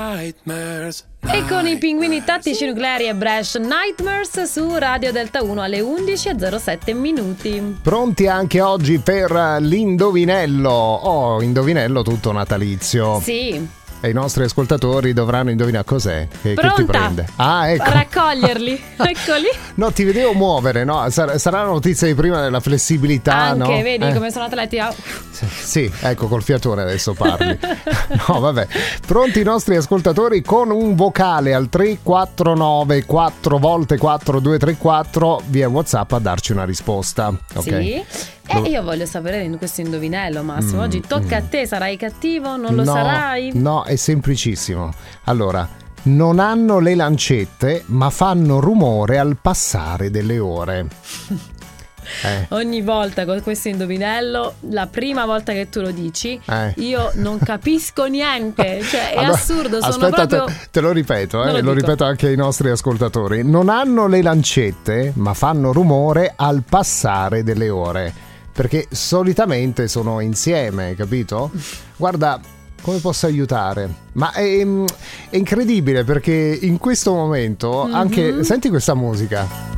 Nightmares. E con i pinguini tattici nucleari e Brash, Nightmares su Radio Delta 1 alle 11:07. Pronti anche oggi per l'indovinello. Oh, indovinello tutto natalizio. Sì. E i nostri ascoltatori dovranno indovinare cos'è che ti prende. Ah, ecco. A raccoglierli. Eccoli. No, ti vedevo muovere, no? Sarà la notizia di prima della flessibilità, anche, no? Vedi come sono atleti. Sì, ecco, col fiatone adesso parli. No, vabbè. Pronti i nostri ascoltatori con un vocale al 349 4 volte 4234 via WhatsApp a darci una risposta. Ok. Sì. E io voglio sapere in questo indovinello, Massimo. Oggi tocca a te, sarai cattivo? Non lo sarai? No, è semplicissimo. Allora, non hanno le lancette, ma fanno rumore al passare delle ore. Ogni volta con questo indovinello, la prima volta che tu lo dici, io non capisco niente. Cioè, è allora, assurdo. Sono aspetta, proprio. te lo ripeto, lo ripeto anche ai nostri ascoltatori. Non hanno le lancette, ma fanno rumore al passare delle ore. Perché solitamente sono insieme, capito? Guarda, come posso aiutare? Ma è incredibile perché in questo momento anche senti questa musica.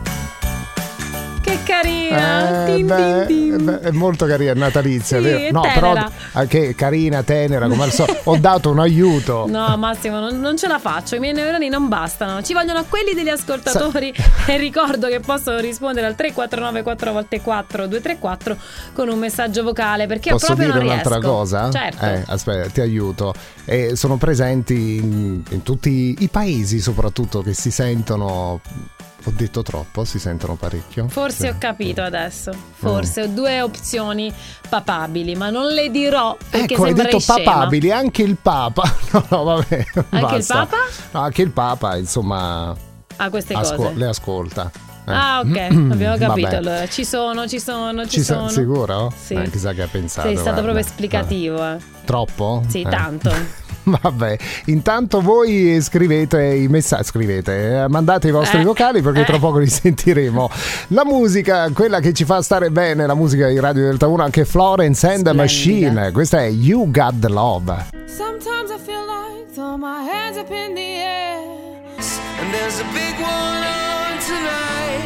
Che carina! Tin, tin. È molto carina, natalizia, sì, vero? No, tenera. però anche carina, tenera, come al solito. Ho dato un aiuto. No, Massimo, non ce la faccio. I miei neuroni non bastano. Ci vogliono quelli degli ascoltatori. E ricordo che possono rispondere al 349 4 volte 4 234 con un messaggio vocale. Perché posso io proprio dire non riesco. Un'altra cosa? Certo. Aspetta, ti aiuto. Sono presenti in tutti i paesi, soprattutto, che si sentono. Ho detto troppo? Si sentono parecchio? Forse ho capito adesso. Forse ho due opzioni papabili, ma non le dirò perché ecco, hai detto scema. papabili, anche il Papa. No, vabbè. Anche basta. il Papa? No, anche il Papa, insomma. Queste cose. Le ascolta. Ok, abbiamo capito. Vabbè. Allora, ci sono. Sicuro? Sì. Chissà che ha pensato. Sei stato guarda. proprio esplicativo. Troppo? Sì, tanto. Vabbè, intanto voi scrivete i messaggi, mandate i vostri vocali perché tra poco li sentiremo. La musica, quella che ci fa stare bene, la musica di Radio Delta 1, anche Florence and the Machine. Questa è You Got the Love. Sometimes I feel like throw my hands up in the air and there's a big one on tonight.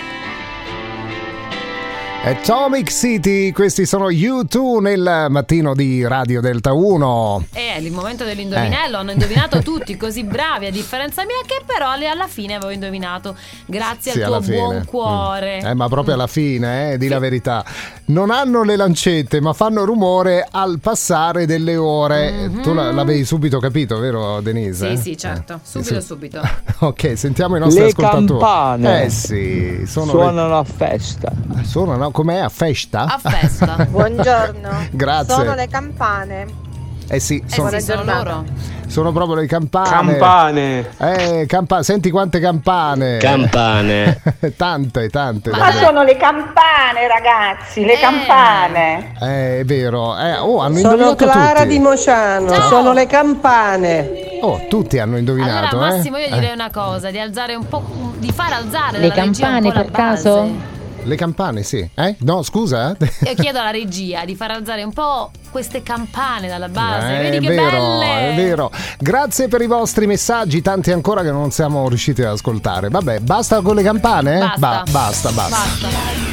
Atomic City, questi sono U2 nel mattino di Radio Delta 1. È il momento dell'indovinello, hanno indovinato tutti, così bravi, a differenza mia che però alla fine avevo indovinato grazie al tuo buon cuore. Ma proprio alla fine, di la verità. Non hanno le lancette, ma fanno rumore al passare delle ore. Tu l'avevi subito capito, vero Denise? Sì, certo, subito. Ok, sentiamo i nostri ascoltatori. Le campane sì, suonano a festa. Suonano com'è? A festa? A festa. Buongiorno. Grazie. Sono le campane. Sì, sono loro. Sono proprio le campane. Senti quante campane. Campane. Tante. Ma sono le campane, ragazzi, le campane. È vero. Hanno sono indovinato Clara tutti. di Mociano. Ciao. Sono le campane. Oh, tutti hanno indovinato. Allora Massimo, io direi una cosa, di alzare un po', di far alzare le la regia campane un po' per la base. caso? Le campane, sì. No, scusa. Io chiedo alla regia di far alzare un po' queste campane dalla base. Vedi che è vero, belle! È vero. Grazie per i vostri messaggi, tanti ancora che non siamo riusciti ad ascoltare. Vabbè, basta con le campane? Basta. Basta.